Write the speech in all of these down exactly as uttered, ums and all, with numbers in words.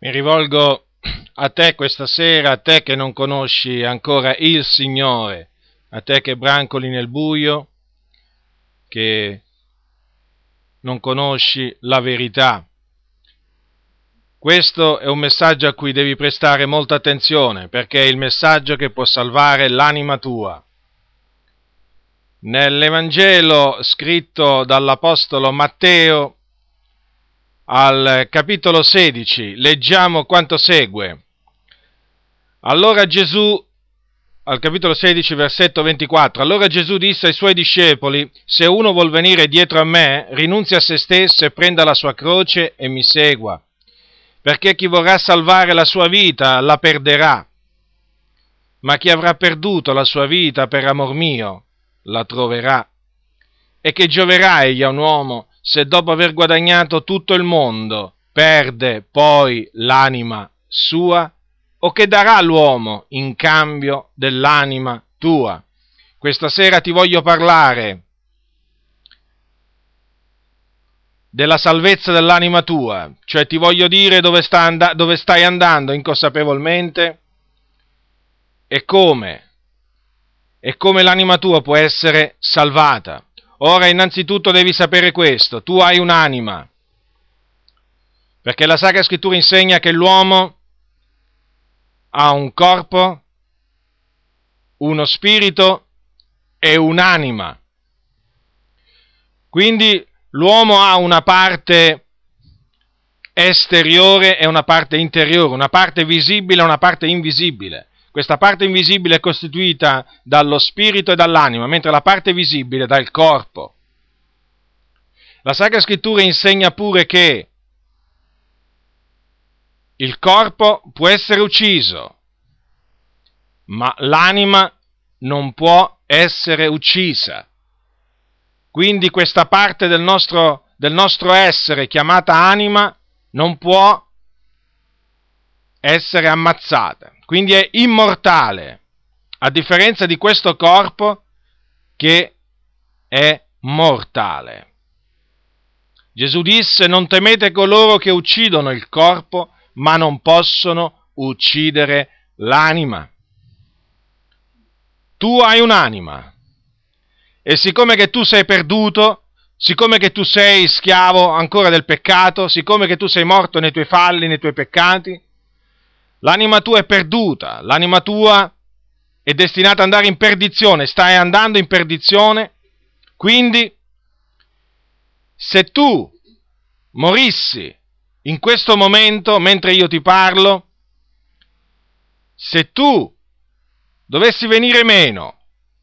Mi rivolgo a te questa sera, a te che non conosci ancora il Signore, a te che brancoli nel buio, che non conosci la verità. Questo è un messaggio a cui devi prestare molta attenzione, perché è il messaggio che può salvare l'anima tua. Nell'Evangelo scritto dall'Apostolo Matteo, al capitolo sedici, leggiamo quanto segue. Allora Gesù, al capitolo sedici, versetto ventiquattro, allora Gesù disse ai suoi discepoli: se uno vuol venire dietro a me, rinunzi a se stesso e prenda la sua croce e mi segua. Perché chi vorrà salvare la sua vita la perderà, ma chi avrà perduto la sua vita per amor mio la troverà. E che gioverà egli a un uomo se dopo aver guadagnato tutto il mondo perde poi l'anima sua? O che darà l'uomo in cambio dell'anima tua? Questa sera ti voglio parlare della salvezza dell'anima tua, cioè ti voglio dire dove, sta and- dove stai andando inconsapevolmente e come, e come l'anima tua può essere salvata. Ora, innanzitutto devi sapere questo: tu hai un'anima, perché la Sacra Scrittura insegna che l'uomo ha un corpo, uno spirito e un'anima. Quindi l'uomo ha una parte esteriore e una parte interiore, una parte visibile e una parte invisibile. Questa parte invisibile è costituita dallo spirito e dall'anima, mentre la parte visibile dal corpo. La Sacra Scrittura insegna pure che il corpo può essere ucciso, ma l'anima non può essere uccisa. Quindi questa parte del nostro, del nostro essere, chiamata anima, non può essere ammazzata. Quindi è immortale, a differenza di questo corpo che è mortale. Gesù disse: non temete coloro che uccidono il corpo, ma non possono uccidere l'anima. Tu hai un'anima, e siccome che tu sei perduto, siccome che tu sei schiavo ancora del peccato, siccome che tu sei morto nei tuoi falli, nei tuoi peccati, l'anima tua è perduta, l'anima tua è destinata ad andare in perdizione, stai andando in perdizione. Quindi, se tu morissi in questo momento, mentre io ti parlo, se tu dovessi venire meno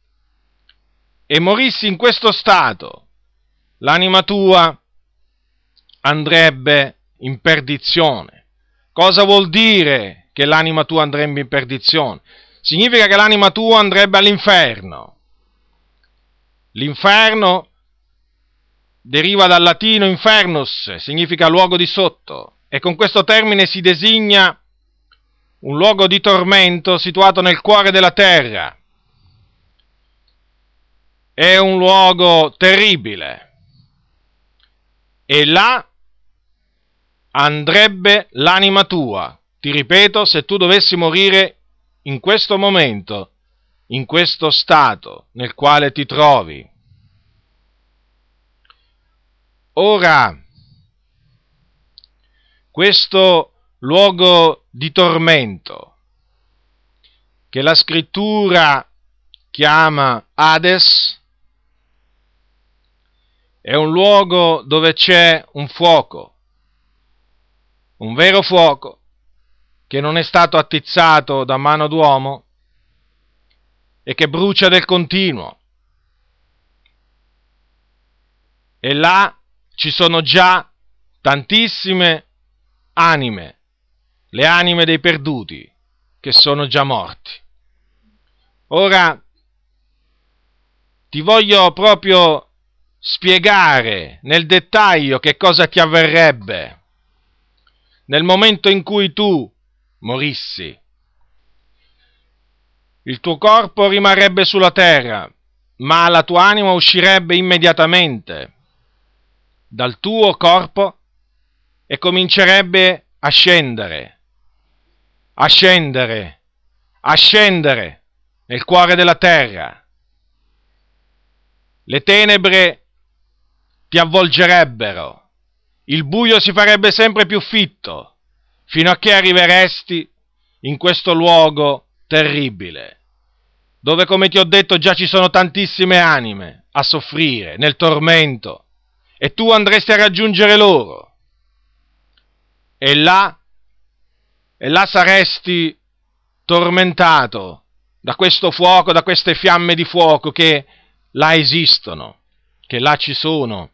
e morissi in questo stato, l'anima tua andrebbe in perdizione. Cosa vuol dire che l'anima tua andrebbe in perdizione? Significa che l'anima tua andrebbe all'inferno. L'inferno deriva dal latino infernus, significa luogo di sotto, e con questo termine si designa un luogo di tormento situato nel cuore della terra. È un luogo terribile, e là andrebbe l'anima tua. Ti ripeto, se tu dovessi morire in questo momento, in questo stato nel quale ti trovi. Ora, questo luogo di tormento, che la Scrittura chiama Hades, è un luogo dove c'è un fuoco, un vero fuoco, che non è stato attizzato da mano d'uomo e che brucia del continuo. E là ci sono già tantissime anime, le anime dei perduti, che sono già morti. Ora ti voglio proprio spiegare nel dettaglio che cosa ti avverrebbe nel momento in cui tu morissi. Il tuo corpo rimarrebbe sulla terra, ma la tua anima uscirebbe immediatamente dal tuo corpo e comincerebbe a scendere, a scendere, a scendere nel cuore della terra. Le tenebre ti avvolgerebbero, il buio si farebbe sempre più fitto, fino a che arriveresti in questo luogo terribile, dove, come ti ho detto, già ci sono tantissime anime a soffrire nel tormento, e tu andresti a raggiungere loro, e là, e là saresti tormentato da questo fuoco, da queste fiamme di fuoco che là esistono, che là ci sono,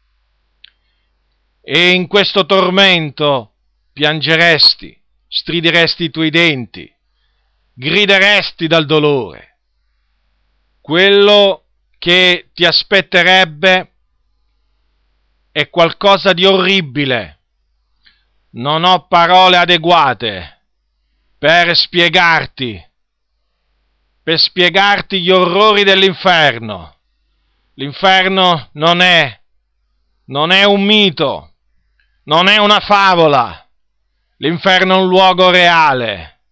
e in questo tormento piangeresti, strideresti i tuoi denti, grideresti dal dolore. Quello che ti aspetterebbe è qualcosa di orribile. Non ho parole adeguate per spiegarti, per spiegarti gli orrori dell'inferno. L'inferno non è, non è un mito, non è una favola. L'inferno è un luogo reale.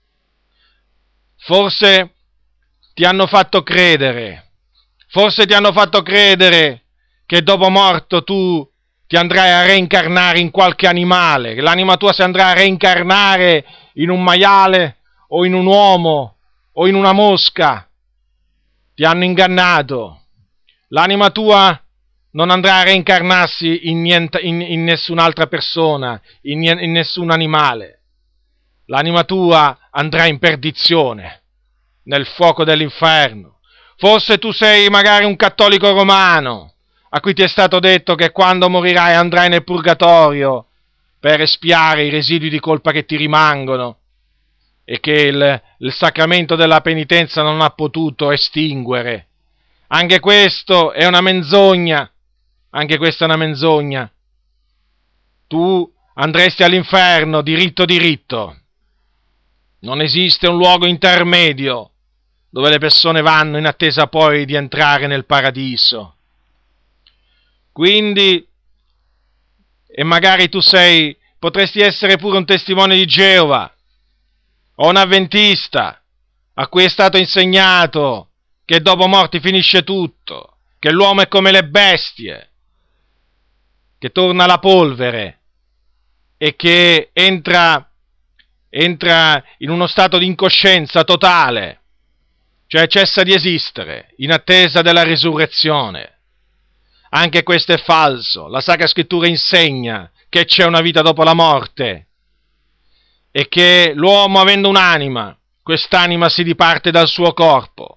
Forse ti hanno fatto credere, forse ti hanno fatto credere che dopo morto tu ti andrai a reincarnare in qualche animale, che l'anima tua si andrà a reincarnare in un maiale o in un uomo o in una mosca. Ti hanno ingannato. L'anima tua non andrà a reincarnarsi in, niente, in, in nessun'altra persona, in, in nessun animale. L'anima tua andrà in perdizione, nel fuoco dell'inferno. Forse tu sei magari un cattolico romano, a cui ti è stato detto che quando morirai andrai nel purgatorio per espiare i residui di colpa che ti rimangono, e che il, il sacramento della penitenza non ha potuto estinguere. Anche questo è una menzogna, anche questa è una menzogna. Tu andresti all'inferno diritto diritto. Non esiste un luogo intermedio dove le persone vanno in attesa poi di entrare nel paradiso. Quindi, e magari tu sei, potresti essere pure un testimone di Geova, o un avventista, a cui è stato insegnato che dopo morti finisce tutto, che l'uomo è come le bestie, che torna alla polvere e che entra, entra in uno stato di incoscienza totale, cioè cessa di esistere in attesa della risurrezione. Anche questo è falso. La Sacra Scrittura insegna che c'è una vita dopo la morte e che l'uomo, avendo un'anima, quest'anima si diparte dal suo corpo.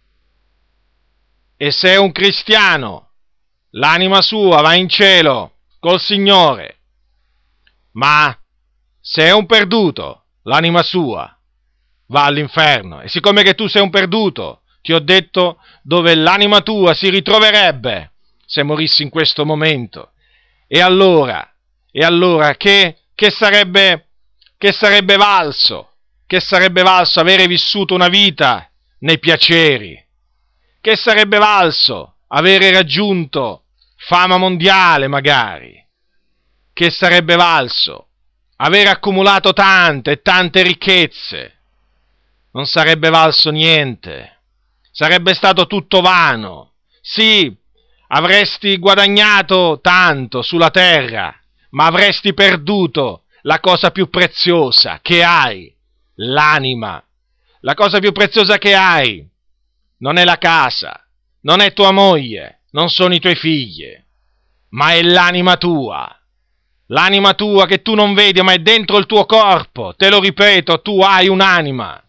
E se è un cristiano, l'anima sua va in cielo col Signore, ma se è un perduto, l'anima sua va all'inferno. E siccome che tu sei un perduto, ti ho detto dove l'anima tua si ritroverebbe se morissi in questo momento. E allora, e allora che, che sarebbe, che sarebbe valso, che sarebbe valso avere vissuto una vita nei piaceri? Che sarebbe valso avere raggiunto fama mondiale magari? Che sarebbe valso aver accumulato tante e tante ricchezze? Non sarebbe valso niente, sarebbe stato tutto vano. Sì, avresti guadagnato tanto sulla terra, ma avresti perduto la cosa più preziosa che hai, l'anima. La cosa più preziosa che hai non è la casa, non è tua moglie, non sono i tuoi figli, ma è l'anima tua. L'anima tua che tu non vedi, ma è dentro il tuo corpo. Te lo ripeto, tu hai un'anima.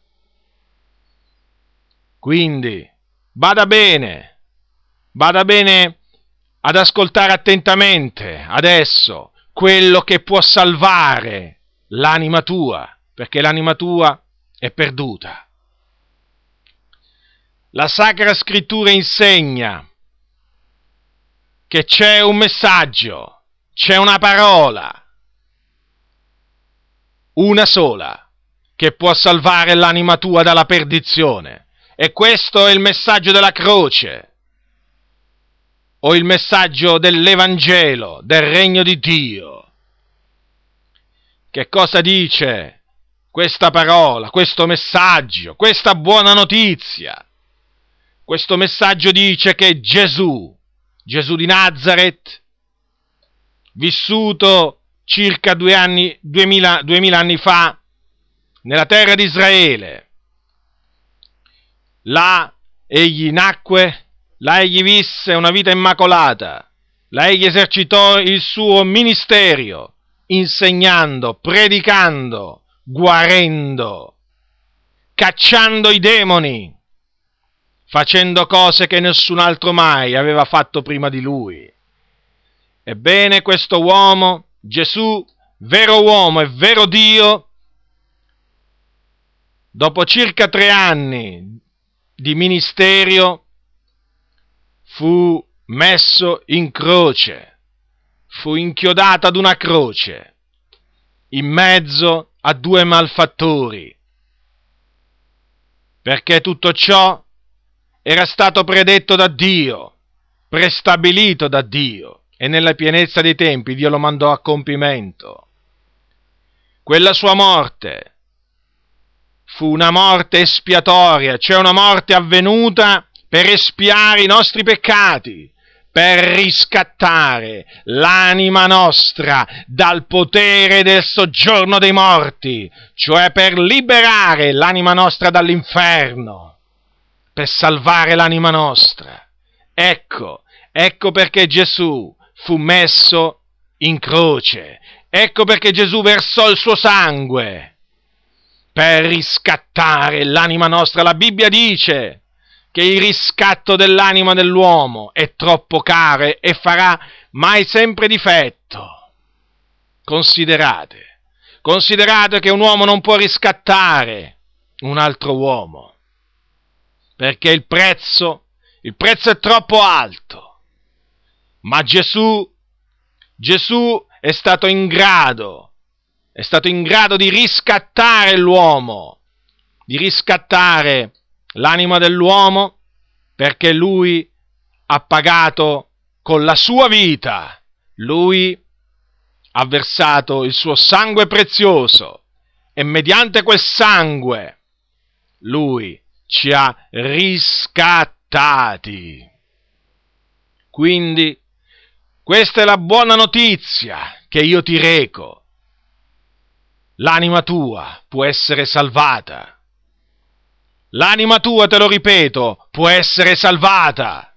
Quindi, bada bene, bada bene ad ascoltare attentamente adesso quello che può salvare l'anima tua, perché l'anima tua è perduta. La Sacra Scrittura insegna che c'è un messaggio, c'è una parola, una sola, che può salvare l'anima tua dalla perdizione. E questo è il messaggio della croce, o il messaggio dell'Evangelo, del regno di Dio. Che cosa dice questa parola, questo messaggio, questa buona notizia? Questo messaggio dice che Gesù, Gesù di Nazaret, vissuto circa due anni, duemila, duemila anni fa nella terra di Israele, là egli nacque, là egli visse una vita immacolata, là egli esercitò il suo ministero, insegnando, predicando, guarendo, cacciando i demoni, facendo cose che nessun altro mai aveva fatto prima di lui. Ebbene, questo uomo, Gesù, vero uomo e vero Dio, dopo circa tre anni di ministero, fu messo in croce, fu inchiodato ad una croce, in mezzo a due malfattori, perché tutto ciò era stato predetto da Dio, prestabilito da Dio, e nella pienezza dei tempi Dio lo mandò a compimento. Quella sua morte fu una morte espiatoria, cioè una morte avvenuta per espiare i nostri peccati, per riscattare l'anima nostra dal potere del soggiorno dei morti, cioè per liberare l'anima nostra dall'inferno, per salvare l'anima nostra. Ecco, ecco perché Gesù fu messo in croce, ecco perché Gesù versò il suo sangue, per riscattare l'anima nostra. La Bibbia dice che il riscatto dell'anima dell'uomo è troppo caro e farà mai sempre difetto. Considerate, considerate che un uomo non può riscattare un altro uomo, perché il prezzo, il prezzo è troppo alto. Ma Gesù, Gesù è stato in grado, è stato in grado di riscattare l'uomo, di riscattare l'anima dell'uomo, perché lui ha pagato con la sua vita, lui ha versato il suo sangue prezioso e mediante quel sangue lui ci ha riscattati. Quindi questa è la buona notizia che io ti reco. L'anima tua può essere salvata. L'anima tua, te lo ripeto, può essere salvata,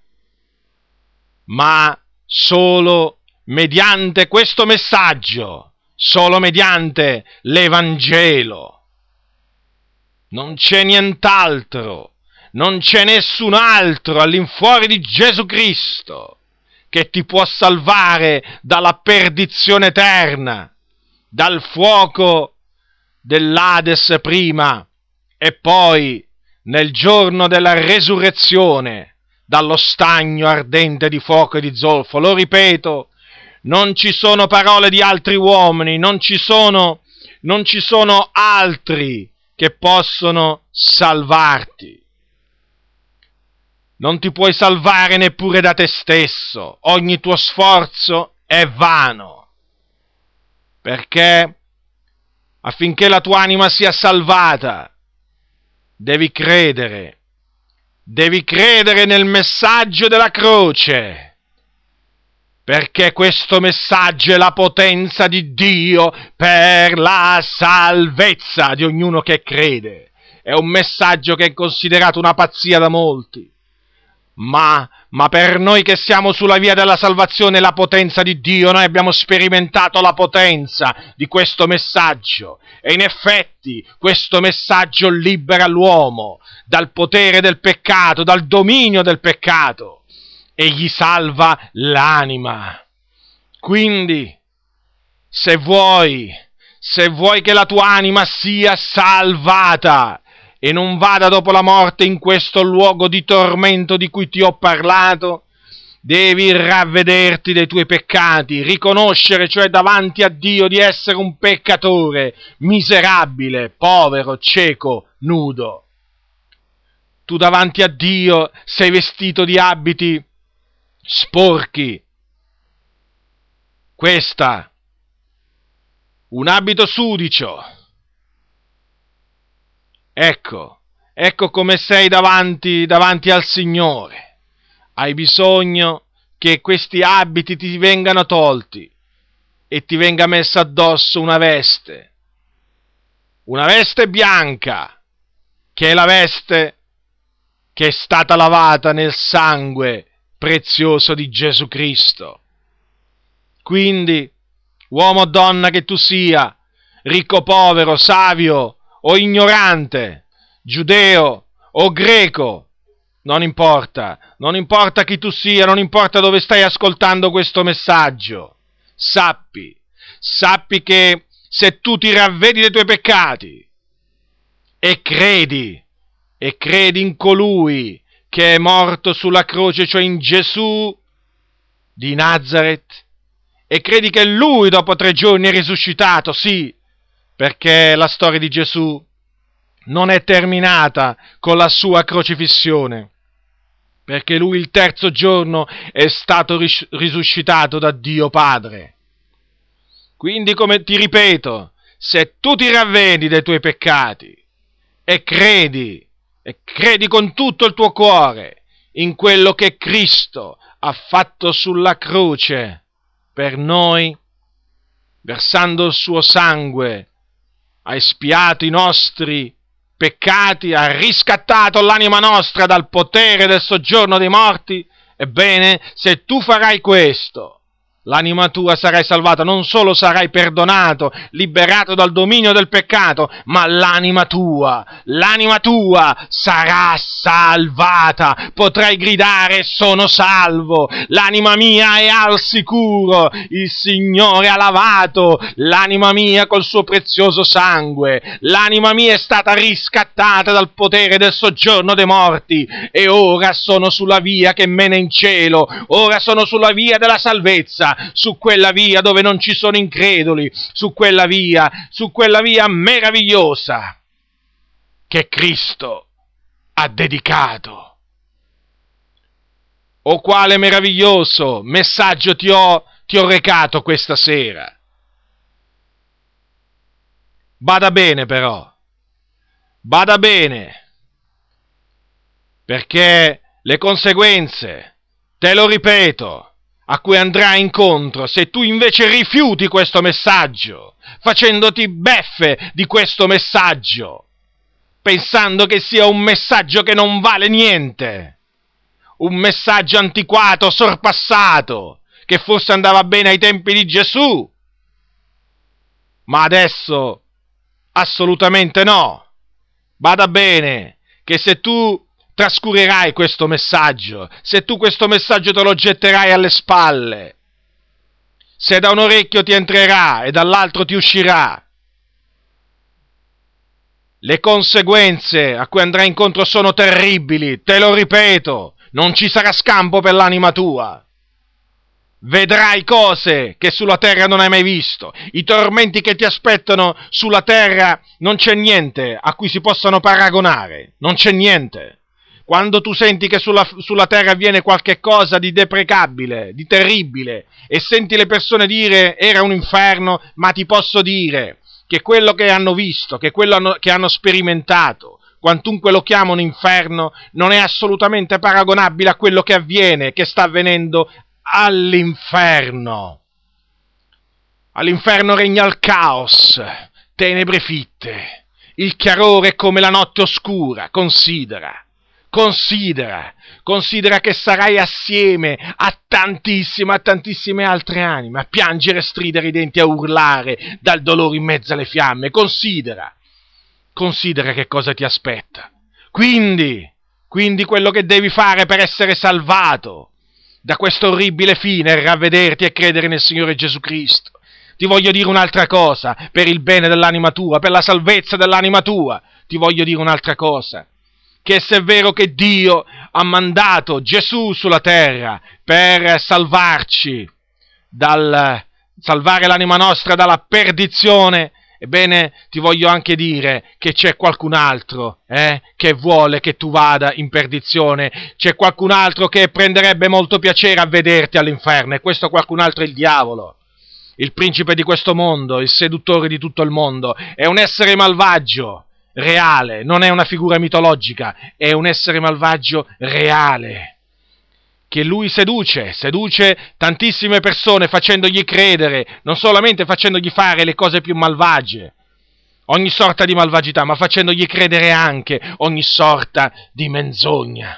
ma solo mediante questo messaggio, solo mediante l'Evangelo. Non c'è nient'altro, non c'è nessun altro all'infuori di Gesù Cristo che ti può salvare dalla perdizione eterna, dal fuoco dell'Ades prima e poi nel giorno della resurrezione dallo stagno ardente di fuoco e di zolfo. Lo ripeto, non ci sono parole di altri uomini, non ci sono, non ci sono altri che possono salvarti. Non ti puoi salvare neppure da te stesso, ogni tuo sforzo è vano, perché affinché la tua anima sia salvata, devi credere, devi credere nel messaggio della croce, perché questo messaggio è la potenza di Dio per la salvezza di ognuno che crede. È un messaggio che è considerato una pazzia da molti, ma, ma per noi che siamo sulla via della salvazione, la potenza di Dio, noi abbiamo sperimentato la potenza di questo messaggio, e in effetti questo messaggio libera l'uomo dal potere del peccato, dal dominio del peccato, e gli salva l'anima. Quindi, se vuoi, se vuoi che la tua anima sia salvata e non vada dopo la morte in questo luogo di tormento di cui ti ho parlato, devi ravvederti dei tuoi peccati, riconoscere cioè davanti a Dio di essere un peccatore, miserabile, povero, cieco, nudo. Tu davanti a Dio sei vestito di abiti sporchi. Questa, un abito sudicio. Ecco, ecco come sei davanti, davanti al Signore. Hai bisogno che questi abiti ti vengano tolti e ti venga messa addosso una veste, una veste bianca, che è la veste che è stata lavata nel sangue prezioso di Gesù Cristo. Quindi, uomo o donna che tu sia, ricco o povero, savio o ignorante, giudeo o greco, non importa, non importa chi tu sia, non importa dove stai ascoltando questo messaggio, sappi, sappi che se tu ti ravvedi dei tuoi peccati e credi, e credi in colui che è morto sulla croce, cioè in Gesù di Nazaret, e credi che lui dopo tre giorni è risuscitato, sì, perché la storia di Gesù non è terminata con la sua crocifissione, perché lui il terzo giorno è stato ris- risuscitato da Dio Padre. Quindi, come ti ripeto, se tu ti ravvedi dei tuoi peccati e credi, e credi con tutto il tuo cuore in quello che Cristo ha fatto sulla croce per noi, versando il suo sangue, ha espiato i nostri peccati, ha riscattato l'anima nostra dal potere del soggiorno dei morti, ebbene, se tu farai questo, l'anima tua sarai salvata, non solo sarai perdonato, liberato dal dominio del peccato, ma l'anima tua, l'anima tua sarà salvata, potrai gridare sono salvo, l'anima mia è al sicuro, il Signore ha lavato l'anima mia col suo prezioso sangue, l'anima mia è stata riscattata dal potere del soggiorno dei morti e ora sono sulla via che mena in cielo, ora sono sulla via della salvezza, su quella via dove non ci sono increduli, su quella via, su quella via meravigliosa che Cristo ha dedicato. O quale meraviglioso messaggio ti ho, ti ho recato questa sera. Bada bene però, bada bene, perché le conseguenze, te lo ripeto, a cui andrai incontro se tu invece rifiuti questo messaggio, facendoti beffe di questo messaggio, pensando che sia un messaggio che non vale niente, un messaggio antiquato, sorpassato, che forse andava bene ai tempi di Gesù, ma adesso assolutamente no. Bada bene che se tu trascurerai questo messaggio, se tu questo messaggio te lo getterai alle spalle, se da un orecchio ti entrerà e dall'altro ti uscirà, le conseguenze a cui andrai incontro sono terribili, te lo ripeto, non ci sarà scampo per l'anima tua. Vedrai cose che sulla terra non hai mai visto, i tormenti che ti aspettano sulla terra non c'è niente a cui si possano paragonare, non c'è niente. Quando tu senti che sulla, sulla terra avviene qualche cosa di deprecabile, di terribile, e senti le persone dire era un inferno, ma ti posso dire che quello che hanno visto, che quello hanno, che hanno sperimentato, quantunque lo chiamano inferno, non è assolutamente paragonabile a quello che avviene, che sta avvenendo all'inferno. All'inferno regna il caos, tenebre fitte, il chiarore è come la notte oscura, considera. Considera, considera che sarai assieme a tantissime, a tantissime altre anime, a piangere, a stridere i denti, a urlare dal dolore in mezzo alle fiamme. Considera, considera che cosa ti aspetta. Quindi, quindi quello che devi fare per essere salvato da questo orribile fine è ravvederti e credere nel Signore Gesù Cristo. Ti voglio dire un'altra cosa, per il bene dell'anima tua, per la salvezza dell'anima tua, ti voglio dire un'altra cosa. Che se è vero che Dio ha mandato Gesù sulla terra per salvarci, dal, salvare l'anima nostra dalla perdizione, ebbene ti voglio anche dire che c'è qualcun altro eh, che vuole che tu vada in perdizione, c'è qualcun altro che prenderebbe molto piacere a vederti all'inferno, e questo qualcun altro è il diavolo. il principe di questo mondo, il seduttore di tutto il mondo, è un essere malvagio, reale, non è una figura mitologica, è un essere malvagio reale, che lui seduce, seduce tantissime persone facendogli credere, non solamente facendogli fare le cose più malvagie, ogni sorta di malvagità, ma facendogli credere anche ogni sorta di menzogna.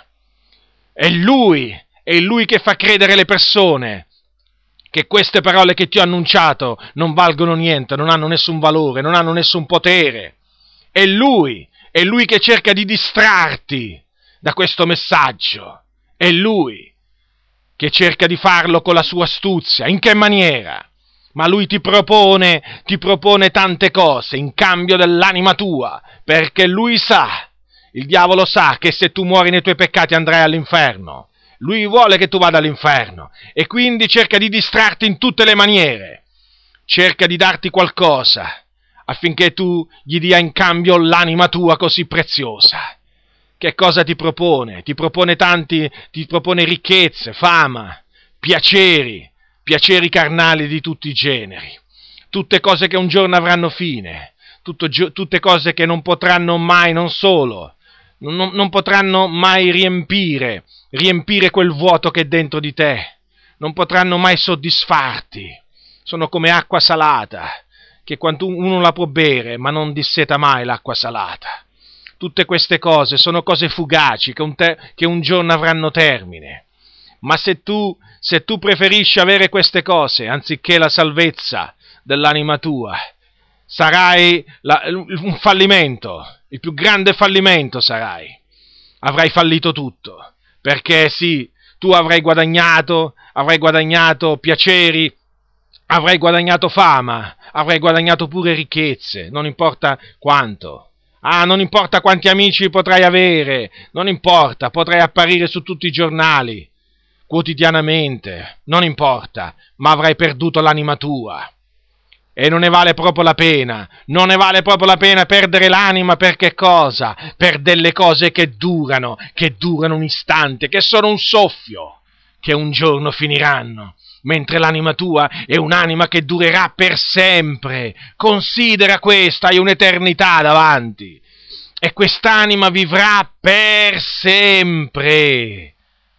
È lui, è lui che fa credere le persone che queste parole che ti ho annunciato non valgono niente, non hanno nessun valore, non hanno nessun potere. È lui, è lui che cerca di distrarti da questo messaggio. È lui che cerca di farlo con la sua astuzia. In che maniera? Ma lui ti propone, ti propone tante cose in cambio dell'anima tua, perché lui sa, il diavolo sa che se tu muori nei tuoi peccati andrai all'inferno. Lui vuole che tu vada all'inferno e quindi cerca di distrarti in tutte le maniere. Cerca di darti qualcosa affinché tu gli dia in cambio l'anima tua così preziosa. Che cosa ti propone? Ti propone tanti, ti propone ricchezze, fama, piaceri, piaceri carnali di tutti i generi, tutte cose che un giorno avranno fine, tutto, tutte cose che non potranno mai, non solo, non, non potranno mai riempire, riempire quel vuoto che è dentro di te, non potranno mai soddisfarti, sono come acqua salata, che quando uno la può bere, ma non disseta mai l'acqua salata. Tutte queste cose sono cose fugaci che un, te- che un giorno avranno termine. Ma se tu, se tu preferisci avere queste cose anziché la salvezza dell'anima tua, sarai la, un fallimento, il più grande fallimento sarai. Avrai fallito tutto, perché sì, tu avrai guadagnato, avrai guadagnato piaceri, avrai guadagnato fama, avrai guadagnato pure ricchezze, non importa quanto. Ah, non importa quanti amici potrai avere, non importa, potrai apparire su tutti i giornali, quotidianamente, non importa, ma avrai perduto l'anima tua. E non ne vale proprio la pena, non ne vale proprio la pena perdere l'anima per che cosa? Per delle cose che durano, che durano un istante, che sono un soffio, che un giorno finiranno. Mentre l'anima tua è un'anima che durerà per sempre. Considera questo, hai un'eternità davanti. E quest'anima vivrà per sempre.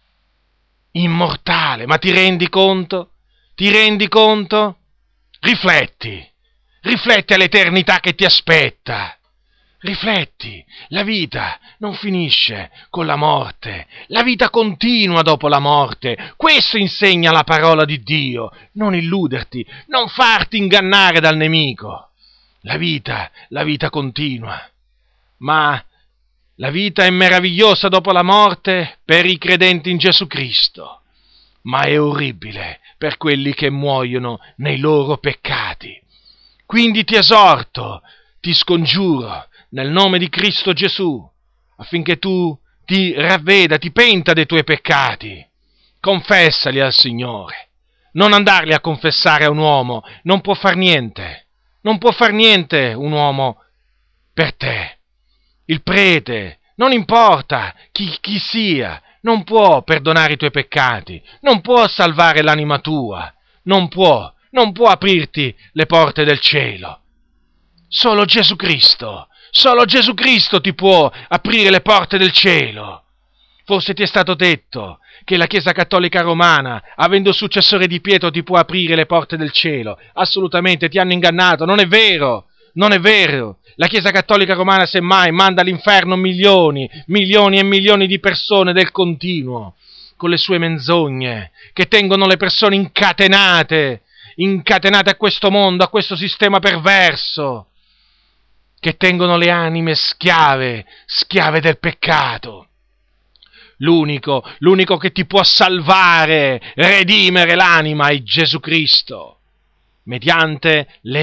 Immortale. Ma ti rendi conto? Ti rendi conto? Rifletti. Rifletti all'eternità che ti aspetta. Rifletti, la vita non finisce con la morte, la vita continua dopo la morte, questo insegna la parola di Dio, non illuderti, non farti ingannare dal nemico, la vita, la vita continua, ma la vita è meravigliosa dopo la morte per i credenti in Gesù Cristo, ma è orribile per quelli che muoiono nei loro peccati. Quindi ti esorto, ti scongiuro, nel nome di Cristo Gesù, affinché tu ti ravveda, ti penta dei tuoi peccati, confessali al Signore, non andarli a confessare a un uomo, non può far niente, non può far niente un uomo per te, il prete, non importa chi, chi sia, non può perdonare i tuoi peccati, non può salvare l'anima tua, non può, non può aprirti le porte del cielo, solo Gesù Cristo. Solo Gesù Cristo ti può aprire le porte del cielo. Forse ti è stato detto che la Chiesa Cattolica Romana, avendo il successore di Pietro, ti può aprire le porte del cielo. Assolutamente, ti hanno ingannato, non è vero, non è vero. La Chiesa Cattolica Romana, semmai, manda all'inferno milioni, milioni e milioni di persone del continuo, con le sue menzogne, che tengono le persone incatenate, incatenate a questo mondo, a questo sistema perverso, che tengono le anime schiave, schiave del peccato. L'unico, l'unico che ti può salvare, redimere l'anima è Gesù Cristo, mediante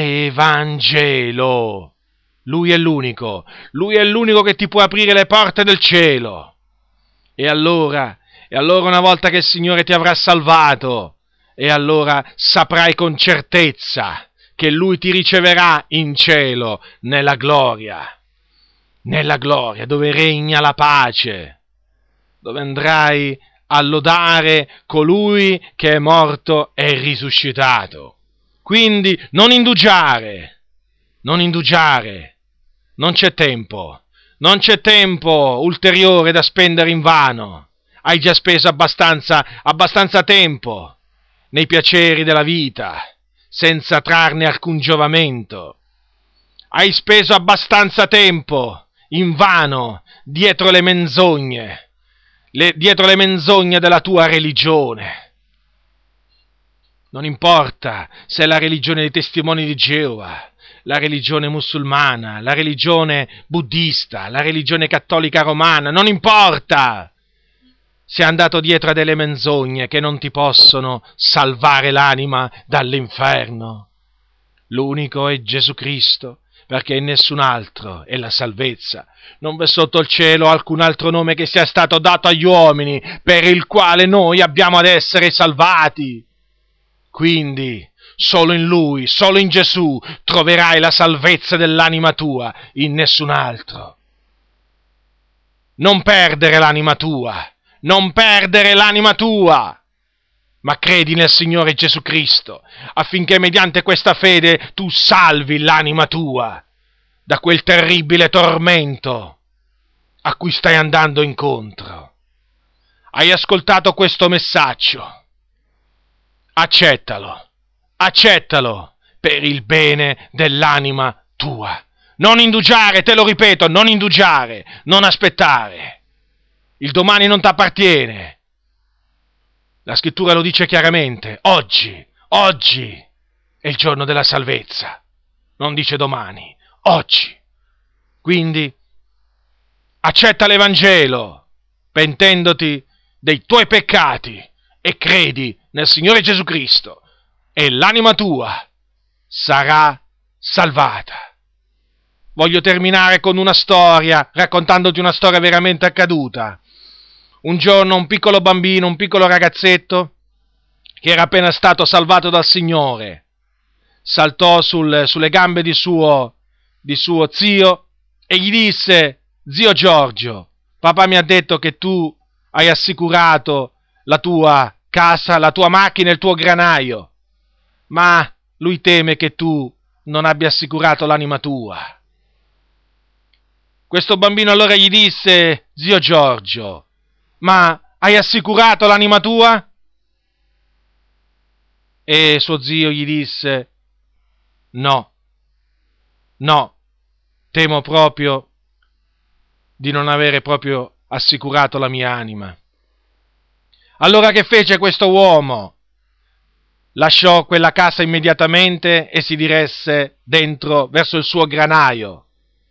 l'Evangelo. Lui è l'unico, lui è l'unico che ti può aprire le porte del cielo. E allora, e allora una volta che il Signore ti avrà salvato, e allora saprai con certezza che Lui ti riceverà in cielo, nella gloria, nella gloria, dove regna la pace, dove andrai a lodare colui che è morto e risuscitato. Quindi non indugiare, non indugiare, non c'è tempo, non c'è tempo ulteriore da spendere invano. Hai già speso abbastanza, abbastanza tempo nei piaceri della vita, senza trarne alcun giovamento. Hai speso abbastanza tempo invano dietro le menzogne, le, dietro le menzogne della tua religione. Non importa se è la religione dei testimoni di Geova, la religione musulmana, la religione buddista, la religione cattolica romana, non importa. Sei andato dietro a delle menzogne che non ti possono salvare l'anima dall'inferno. L'unico è Gesù Cristo, perché in nessun altro è la salvezza. Non v'è sotto il cielo alcun altro nome che sia stato dato agli uomini, per il quale noi abbiamo ad essere salvati. Quindi, solo in Lui, solo in Gesù, troverai la salvezza dell'anima tua, in nessun altro. Non perdere l'anima tua, non perdere l'anima tua, ma credi nel Signore Gesù Cristo, affinché mediante questa fede tu salvi l'anima tua da quel terribile tormento a cui stai andando incontro. Hai ascoltato questo messaggio? Accettalo, accettalo per il bene dell'anima tua. Non indugiare, te lo ripeto, non indugiare, non aspettare. Il domani non t'appartiene. La scrittura lo dice chiaramente, oggi, oggi è il giorno della salvezza. Non dice domani, oggi. Quindi accetta l'Evangelo, pentendoti dei tuoi peccati, e credi nel Signore Gesù Cristo, e l'anima tua sarà salvata. Voglio terminare con una storia, raccontandoti una storia veramente accaduta. Un giorno un piccolo bambino, un piccolo ragazzetto, che era appena stato salvato dal Signore, saltò sul, sulle gambe di suo, di suo zio e gli disse: zio Giorgio, papà mi ha detto che tu hai assicurato la tua casa, la tua macchina e il tuo granaio, ma lui teme che tu non abbia assicurato l'anima tua. Questo bambino allora gli disse: zio Giorgio, ma hai assicurato l'anima tua? E suo zio gli disse: no, no, temo proprio di non avere proprio assicurato la mia anima. Allora che fece questo uomo? Lasciò quella casa immediatamente e si diresse dentro verso il suo granaio,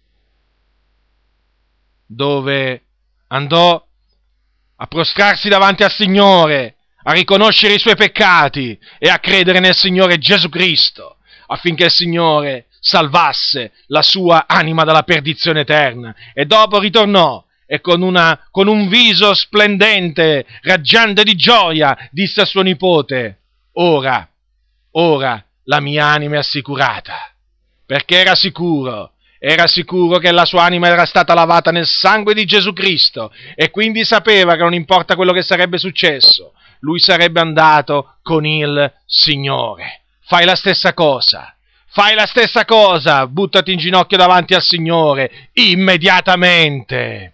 dove andò a prostrarsi davanti al Signore, a riconoscere i suoi peccati e a credere nel Signore Gesù Cristo, affinché il Signore salvasse la sua anima dalla perdizione eterna. E dopo ritornò e con, una, con un viso splendente, raggiante di gioia, disse a suo nipote: ora, ora la mia anima è assicurata, perché era sicuro, era sicuro che la sua anima era stata lavata nel sangue di Gesù Cristo, e quindi sapeva che non importa quello che sarebbe successo, lui sarebbe andato con il Signore. Fai la stessa cosa. Fai la stessa cosa, buttati in ginocchio davanti al Signore, immediatamente.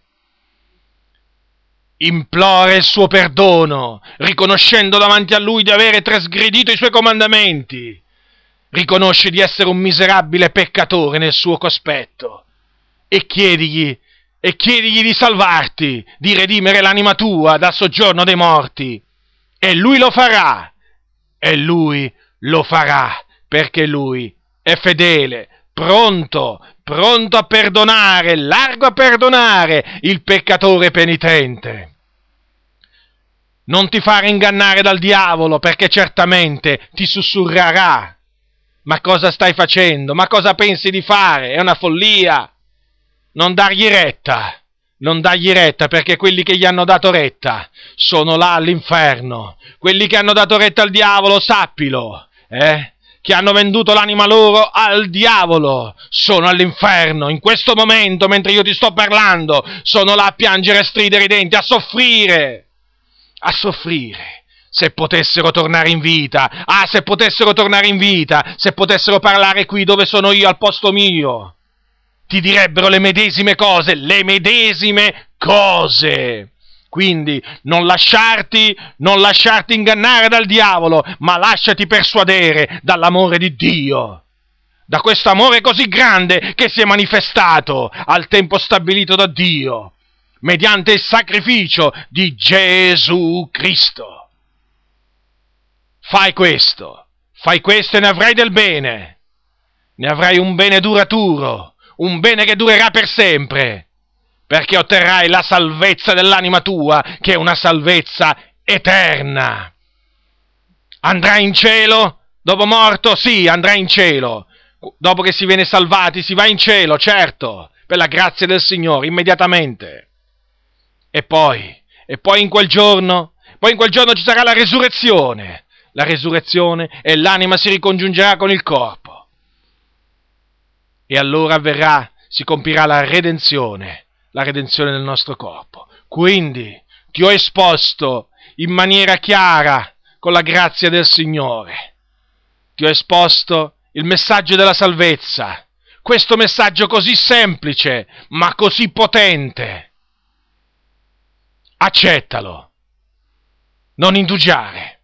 Implora il suo perdono, riconoscendo davanti a Lui di avere trasgredito i Suoi comandamenti. Riconosci di essere un miserabile peccatore nel suo cospetto e chiedigli, e chiedigli di salvarti, di redimere l'anima tua dal soggiorno dei morti. E Lui lo farà, e Lui lo farà, perché Lui è fedele, pronto, pronto a perdonare, largo a perdonare il peccatore penitente. Non ti fare ingannare dal diavolo, perché certamente ti sussurrerà: ma cosa stai facendo? Ma cosa pensi di fare? È una follia. Non dargli retta, non dargli retta, perché quelli che gli hanno dato retta sono là all'inferno. Quelli che hanno dato retta al diavolo, sappilo, eh? Che hanno venduto l'anima loro al diavolo, sono all'inferno. In questo momento, mentre io ti sto parlando, sono là a piangere e a stridere i denti, a soffrire, a soffrire. se potessero tornare in vita, ah, se potessero tornare in vita, se potessero parlare qui dove sono io al posto mio, ti direbbero le medesime cose, le medesime cose. Quindi non lasciarti, non lasciarti ingannare dal diavolo, ma lasciati persuadere dall'amore di Dio, da questo amore così grande che si è manifestato al tempo stabilito da Dio, mediante il sacrificio di Gesù Cristo. Fai questo, fai questo e ne avrai del bene, ne avrai un bene duraturo, un bene che durerà per sempre, perché otterrai la salvezza dell'anima tua, che è una salvezza eterna. Andrai in cielo? Dopo morto? Sì, andrai in cielo. Dopo che si viene salvati, si va in cielo, certo, per la grazia del Signore, immediatamente. E poi, e poi in quel giorno, poi in quel giorno ci sarà la resurrezione, la resurrezione e l'anima si ricongiungerà con il corpo. E allora avverrà, si compirà la redenzione, la redenzione del nostro corpo. Quindi ti ho esposto in maniera chiara, con la grazia del Signore, ti ho esposto il messaggio della salvezza, questo messaggio così semplice, ma così potente. Accettalo, non indugiare.